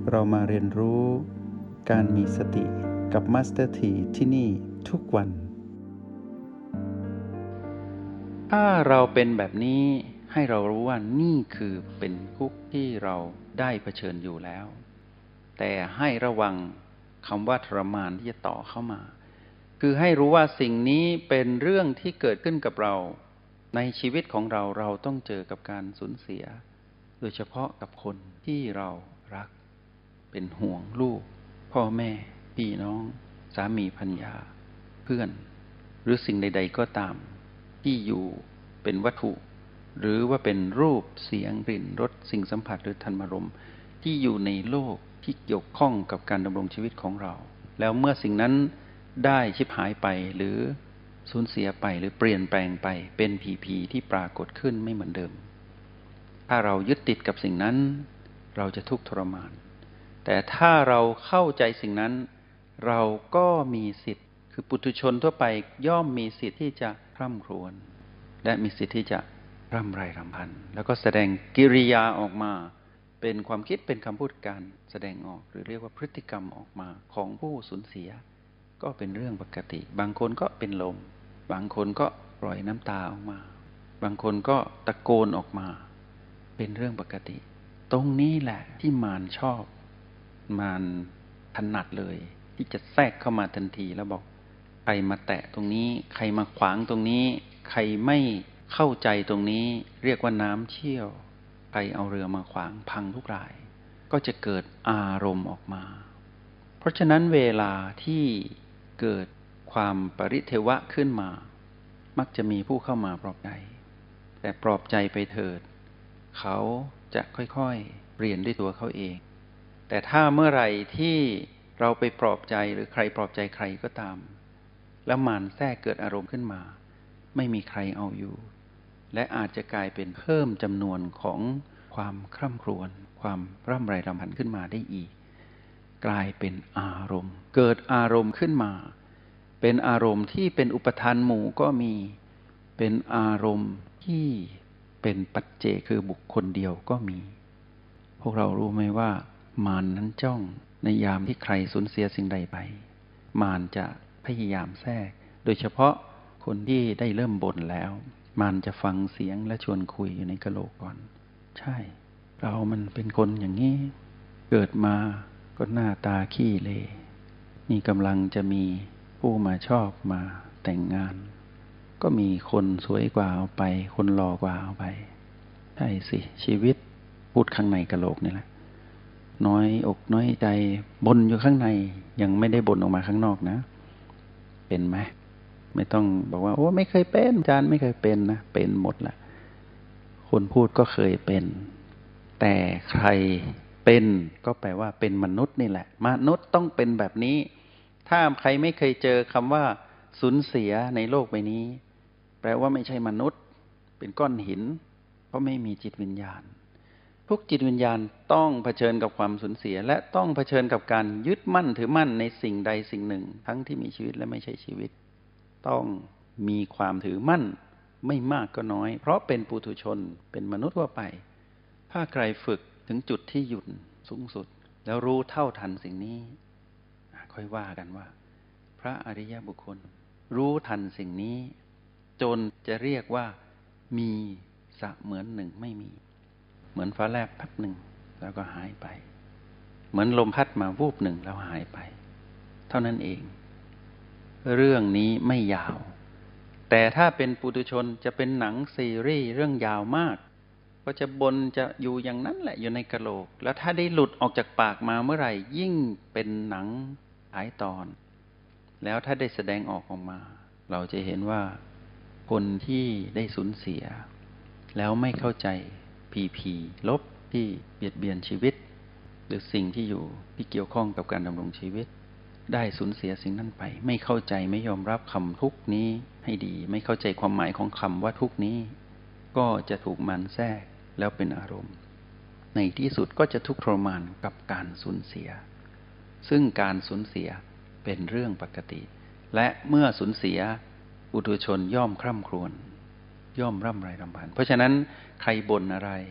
เรามาเรียนรู้การมีสติกับมาสเตอร์ทีที่นี่ทุกวันถ้าเราเป็นแบบนี้ให้เรารู้ว่านี่คือเป็นทุกข์ที่เราได้เผชิญอยู่แล้วแต่ให้ระวังคำว่าทรมานที่จะต่อเข้ามาคือให้รู้ว่าสิ่งนี้เป็นเรื่องที่เกิดขึ้นกับเราในชีวิตของเราเราต้องเจอกับการสูญเสียโดยเฉพาะกับคนที่เรารักเป็นห่วงลูกพ่อแม่พี่น้องสามีภรรยาเพื่อนหรือสิ่งใดๆก็ตามที่อยู่เป็นวัตถุหรือว่าเป็นรูปเสียงกลิ่นรสสิ่งสัมผัสหรือธรรมารมณ์ที่อยู่ในโลกที่เกี่ยวข้องกับการดำรงชีวิตของเราแล้วเมื่อสิ่งนั้นได้ชิบหายไปหรือสูญเสียไปหรือเปลี่ยนแปลงไปเป็นผีที่ปรากฏขึ้นไม่เหมือนเดิมถ้าเรายึดติดกับสิ่งนั้นเราจะทุกข์ทรมานแต่ถ้าเราเข้าใจสิ่งนั้นเราก็มีสิทธิ์คือปุถุชนทั่วไปย่อมมีสิทธิ์ที่จะคร่ำครวญและมีสิทธิ์ที่จะร่ำไรรำพันแล้วก็แสดงกิริยาออกมาเป็นความคิดเป็นคำพูดการแสดงออกหรือเรียกว่าพฤติกรรมออกมาของผู้สูญเสียก็เป็นเรื่องปกติบางคนก็เป็นลมบางคนก็ปล่อยน้ำตาออกมาบางคนก็ตะโกนออกมาเป็นเรื่องปกติตรงนี้แหละที่มารชอบมารถนัดเลยที่จะแทรกเข้ามาทันทีแล้วบอกใครมาแตะตรงนี้ใครมาขวางตรงนี้ใครไม่เข้าใจตรงนี้เรียกว่าน้ำเชี่ยวใครเอาเรือมาขวางพังทุกรายก็จะเกิดอารมณ์ออกมาเพราะฉะนั้นเวลาที่เกิดความปริเทวะขึ้นมามักจะมีผู้เข้ามาปลอบใจแต่ปลอบใจไปเถิดเขาจะค่อยๆเรียนด้วยตัวเขาเองแต่ถ้าเมื่อไหร่ที่เราไปปลอบใจหรือใครปลอบใจใครก็ตามแล้วมารแทรกเกิดอารมณ์ขึ้นมาไม่มีใครเอาอยู่และอาจจะกลายเป็นเพิ่มจำนวนของความคร่ำครวญความร่ำไรรำพันขึ้นมาได้อีกกลายเป็นอารมณ์เกิดอารมณ์ขึ้นมาเป็นอารมณ์ที่เป็นอุปทานหมู่ก็มีเป็นอารมณ์ที่เป็นปัจเจกคือบุคคลเดียวก็มีพวกเรารู้ไหมว่ามารนั้นจ้องในยามที่ใครสูญเสียสิ่งใดไปมารจะพยายามแทรกโดยเฉพาะคนที่ได้เริ่มบ่นแล้วมารจะฟังเสียงและชวนคุยอยู่ในกะโหลกก่อนใช่เรามันเป็นคนอย่างนี้เกิดมาก็หน้าตาขี้เลนี่กำลังจะมีผู้มาชอบมาแต่งงานก็มีคนสวยกว่าเอาไปคนหล่อกว่าเอาไปใช่สิชีวิตพูดข้างในกะโหลกนี่แหละน้อยอกน้อยใจบ่นอยู่ข้างในยังไม่ได้บ่นออกมาข้างนอกนะเป็นไหมไม่ต้องบอกว่าโอ้ไม่เคยเป็นอาจารย์ไม่เคยเป็นนะเป็นหมดแหละคนพูดก็เคยเป็นแต่ใครเป็นก็แปลว่าเป็นมนุษย์นี่แหละมนุษย์ต้องเป็นแบบนี้ถ้าใครไม่เคยเจอคำว่าสูญเสียในโลกใบนี้แปลว่าไม่ใช่มนุษย์เป็นก้อนหินเพราะไม่มีจิตวิญญาณทุกจิตวิญญาณต้องเผชิญกับความสูญเสียและต้องเผชิญกับการยึดมั่นถือมั่นในสิ่งใดสิ่งหนึ่งทั้งที่มีชีวิตและไม่ใช่ชีวิตต้องมีความถือมั่นไม่มากก็น้อยเพราะเป็นปุถุชนเป็นมนุษย์ทั่วไปถ้าใครฝึกถึงจุดที่หยุดสูงสุดแล้วรู้เท่าทันสิ่งนี้ค่อยว่ากันว่าพระอริยบุคคลรู้ทันสิ่งนี้จนจะเรียกว่ามีเสมือนหนึ่งไม่มีเหมือนฟ้าแลบแป๊บหนึ่งแล้วก็หายไปเหมือนลมพัดมาวูบหนึ่งแล้วหายไปเท่านั้นเองเรื่องนี้ไม่ยาวแต่ถ้าเป็นปุถุชนจะเป็นหนังซีรีส์เรื่องยาวมากก็จะบนจะอยู่อย่างนั้นแหละอยู่ในกะโหลกแล้วถ้าได้หลุดออกจากปากมาเมื่อไหร่ยิ่งเป็นหนังหลายตอนแล้วถ้าได้แสดงออกมาเราจะเห็นว่าคนที่ได้สูญเสียแล้วไม่เข้าใจผีลบที่เบียดเบียนชีวิตหรือสิ่งที่อยู่ที่เกี่ยวข้องกับการดำรงชีวิตได้สูญเสียสิ่งนั้นไปไม่เข้าใจไม่ยอมรับคำทุกข์นี้ให้ดีไม่เข้าใจความหมายของคำว่าทุกข์นี้ก็จะถูกมันแทรกแล้วเป็นอารมณ์ในที่สุดก็จะทุกข์ทรมานกับการสูญเสียซึ่งการสูญเสียเป็นเรื่องปกติและเมื่อสูญเสียปุถุชนย่อมคร่ำครวญย่อมร่ำไรรำพันเพราะฉะนั้นใครบ่นอะไร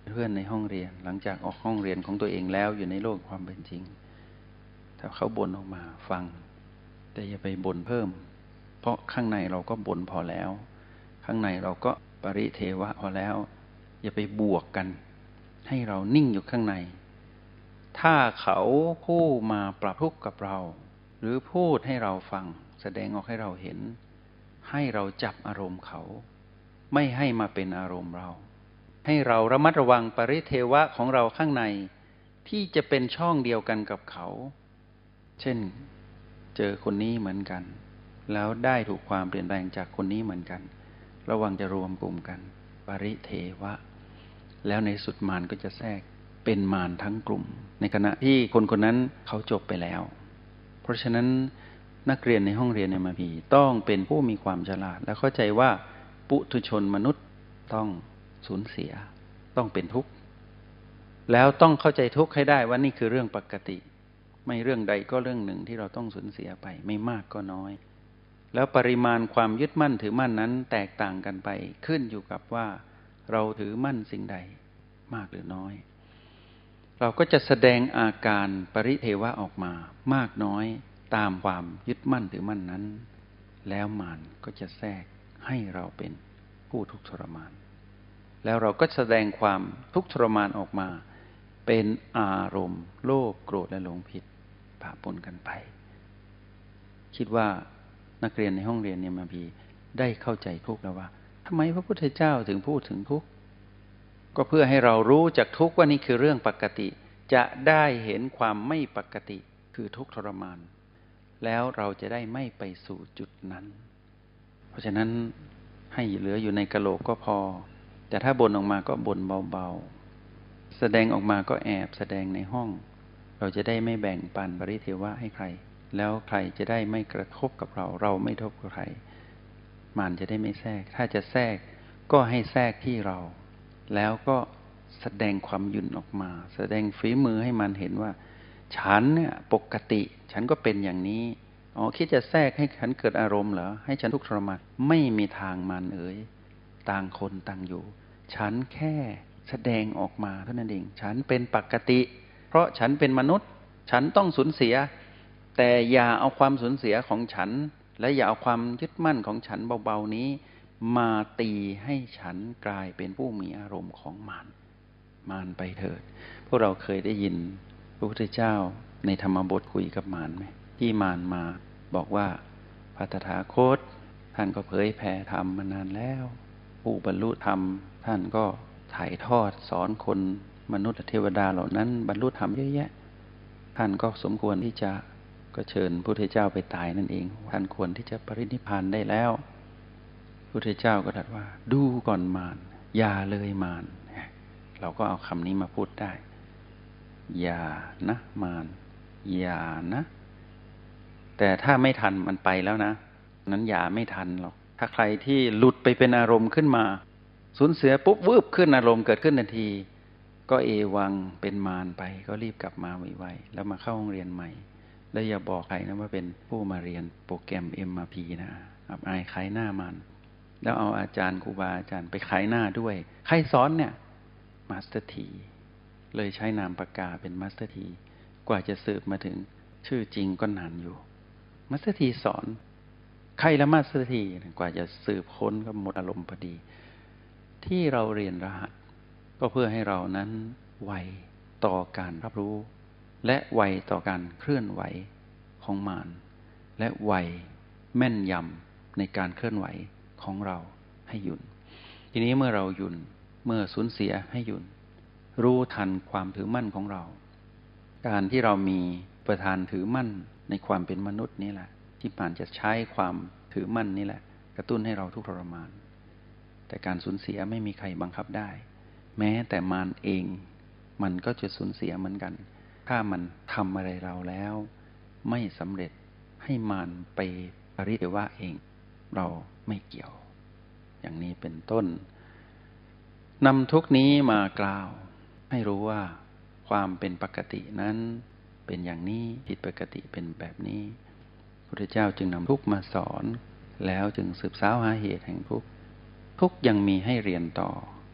เพื่อนในห้องเรียนหลังจากออกห้องเรียนของตัวเองแล้วอยู่ในโลกความเป็นจริงถ้าเขาบ่นออกมาฟังแต่อย่าไปบ่นเพิ่มเพราะข้างในเราก็บ่นพอแล้วข้างในเราก็ปริเทวะพอแล้วอย่าไปบวกกันให้เรานิ่งอยู่ข้างในถ้าเขาผู้มาปรับทุกข์กับเราหรือพูดให้เราฟังแสดงออกให้เราเห็นให้เราจับอารมณ์เขาไม่ให้มาเป็นอารมณ์เราให้เราระมัดระวังปริเทวะของเราข้างในที่จะเป็นช่องเดียวกันกับเขาเช่นเจอคนนี้เหมือนกันแล้วได้ถูกความเปลี่ยนแปลงจากคนนี้เหมือนกันระวังจะรวมกลุ่มกันปริเทวะแล้วในสุดมารก็จะแทรกเป็นมารทั้งกลุ่มในขณะที่คนคนนั้นเขาจบไปแล้วเพราะฉะนั้นนักเรียนในห้องเรียนMRPต้องเป็นผู้มีความฉลาดและเข้าใจว่าปุถุชนมนุษย์ต้องสูญเสียต้องเป็นทุกข์แล้วต้องเข้าใจทุกข์ให้ได้ว่านี่คือเรื่องปกติไม่เรื่องใดก็เรื่องหนึ่งที่เราต้องสูญเสียไปไม่มากก็น้อยแล้วปริมาณความยึดมั่นถือมั่นนั้นแตกต่างกันไปขึ้นอยู่กับว่าเราถือมั่นสิ่งใดมากหรือน้อยเราก็จะแสดงอาการปริเทวะออกมามากน้อยตามความยึดมั่นถือมั่นนั้นแล้วมารก็จะแทรกให้เราเป็นผู้ทุกข์ทรมานแล้วเราก็แสดงความทุกข์ทรมานออกมาเป็นอารมณ์โลภโกรธและหลงผิดปะปนกันไปคิดว่านักเรียนในห้องเรียนMRPได้เข้าใจทุกข์แล้วว่าทำไมพระพุทธเจ้าถึงพูดถึงทุกข์ก็เพื่อให้เรารู้จักทุกข์ว่านี่คือเรื่องปกติจะได้เห็นความไม่ปกติคือทุกข์ทรมานแล้วเราจะได้ไม่ไปสู่จุดนั้นเพราะฉะนั้นให้เหลืออยู่ในกะโหลกก็พอแต่ถ้าบ่นออกมาก็บ่นเบาๆแสดงออกมาก็แอบแสดงในห้องเราจะได้ไม่แบ่งปันปริเทวะให้ใครแล้วใครจะได้ไม่กระทบกับเราเราไม่ทบกับใครมารจะได้ไม่แทรกถ้าจะแทรกก็ให้แทรกที่เราแล้วก็แสดงความหยุ่นออกมาแสดงฝีมือให้มันเห็นว่าฉันเนี่ยปกติฉันก็เป็นอย่างนี้คิดจะแทรกให้ฉันเกิดอารมณ์เหรอให้ฉันทุกข์ทรมานไม่มีทางมารเอ๋ยต่างคนต่างอยู่ฉันแค่แสดงออกมาเท่านั้นเองฉันเป็นปกติเพราะฉันเป็นมนุษย์ฉันต้องสูญเสียแต่อย่าเอาความสูญเสียของฉันและอย่าเอาความยึดมั่นของฉันเบาๆนี้มาตีให้ฉันกลายเป็นผู้มีอารมณ์ของมารไปเถิดพวกเราเคยได้ยินพระพุทธเจ้าในธรรมบทคุยกับมารไหมที่มารมาบอกว่าพระตถาคตท่านก็เผยแผ่ธรรมมานานแล้วผู้บรรลุธรรมท่านก็ถ่ายทอดสอนคนมนุษย์เทวดาเหล่านั้นบรรลุธรรมเยอะแยะท่านก็สมควรที่จะก็เชิญพระพุทธเจ้าไปตายนั่นเองท่านควรที่จะปรินิพพานได้แล้วพระพุทธเจ้าก็ตรัสว่าดูก่อนมารอย่าเลยมารเราก็เอาคำนี้มาพูดได้อย่านะมารอย่านะแต่ถ้าไม่ทันมันไปแล้วนะนั้นอย่าไม่ทันหรอกถ้าใครที่หลุดไปเป็นอารมณ์ขึ้นมาสูญเสียปุ๊บวืบขึ้นอารมณ์เกิดขึ้นทันทีก็เอวังเป็นมารไปก็รีบกลับมาไวๆแล้วมาเข้าห้องเรียนใหม่แล้วอย่าบอกใครนะว่าเป็นผู้มาเรียนโปรแกรมMRPนะอับอายขายหน้ามันแล้วเอาอาจารย์ครูบาอาจารย์ไปขายหน้าด้วยใครสอนเนี่ยมาสเตอร์ทีเลยใช้นามปากกาเป็นมาสเตอร์ทีกว่าจะสืบมาถึงชื่อจริงก็นานอยู่มาสเตอร์ทีสอนใครละมาสเตอร์ทีกว่าจะสืบค้นก็หมดอารมณ์พอดีที่เราเรียนรหัสก็เพื่อให้เรานั้นไวต่อการรับรู้และไวต่อการเคลื่อนไหวของมารและไวแม่นยำในการเคลื่อนไหวของเราให้หยุดทีนี้เมื่อเราหยุดเมื่อสูญเสียให้หยุดรู้ทันความถือมั่นของเราการที่เรามีประธานถือมั่นในความเป็นมนุษย์นี่แหละที่มารจะใช้ความถือมั่นนี่แหละกระตุ้นให้เราทุกข์ทรมานแต่การสูญเสียไม่มีใครบังคับได้แม้แต่มารเองมันก็จะสูญเสียเหมือนกันถ้ามันทำอะไรเราแล้วไม่สำเร็จให้มารไปปริเทวะเองเราไม่เกี่ยวอย่างนี้เป็นต้นนำทุกนี้มากล่าวให้รู้ว่าความเป็นปกตินั้นเป็นอย่างนี้ผิดปกติเป็นแบบนี้พระพุทธเจ้าจึงนำทุกมาสอนแล้วจึงสืบสาวหาเหตุแห่งทุกยังมีให้เรียนต่อ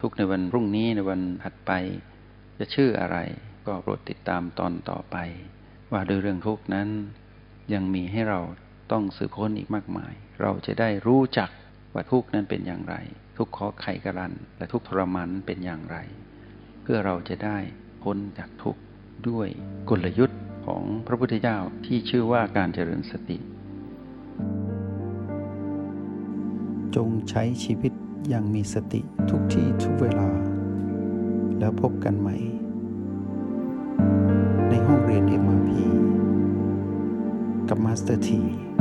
ทุกข์ในวันพรุ่งนี้ในวันถัดไปจะชื่ออะไรก็โปรดติดตามตอนต่อไปว่าโดยเรื่องทุกข์นั้นยังมีให้เราต้องสืบค้นอีกมากมายเราจะได้รู้จักว่าทุกข์นั้นเป็นอย่างไรทุกข์ขอไขกรันและทุกข์ทรมานเป็นอย่างไรเพื่อเราจะได้พ้นจากทุกข์ด้วยกลยุทธ์ของพระพุทธเจ้าที่ชื่อว่าการเจริญสติจงใช้ชีวิตอย่างมีสติทุกที่ทุกเวลาแล้วพบกันใหม่ในห้องเรียน MRP กับมาสเตอร์ที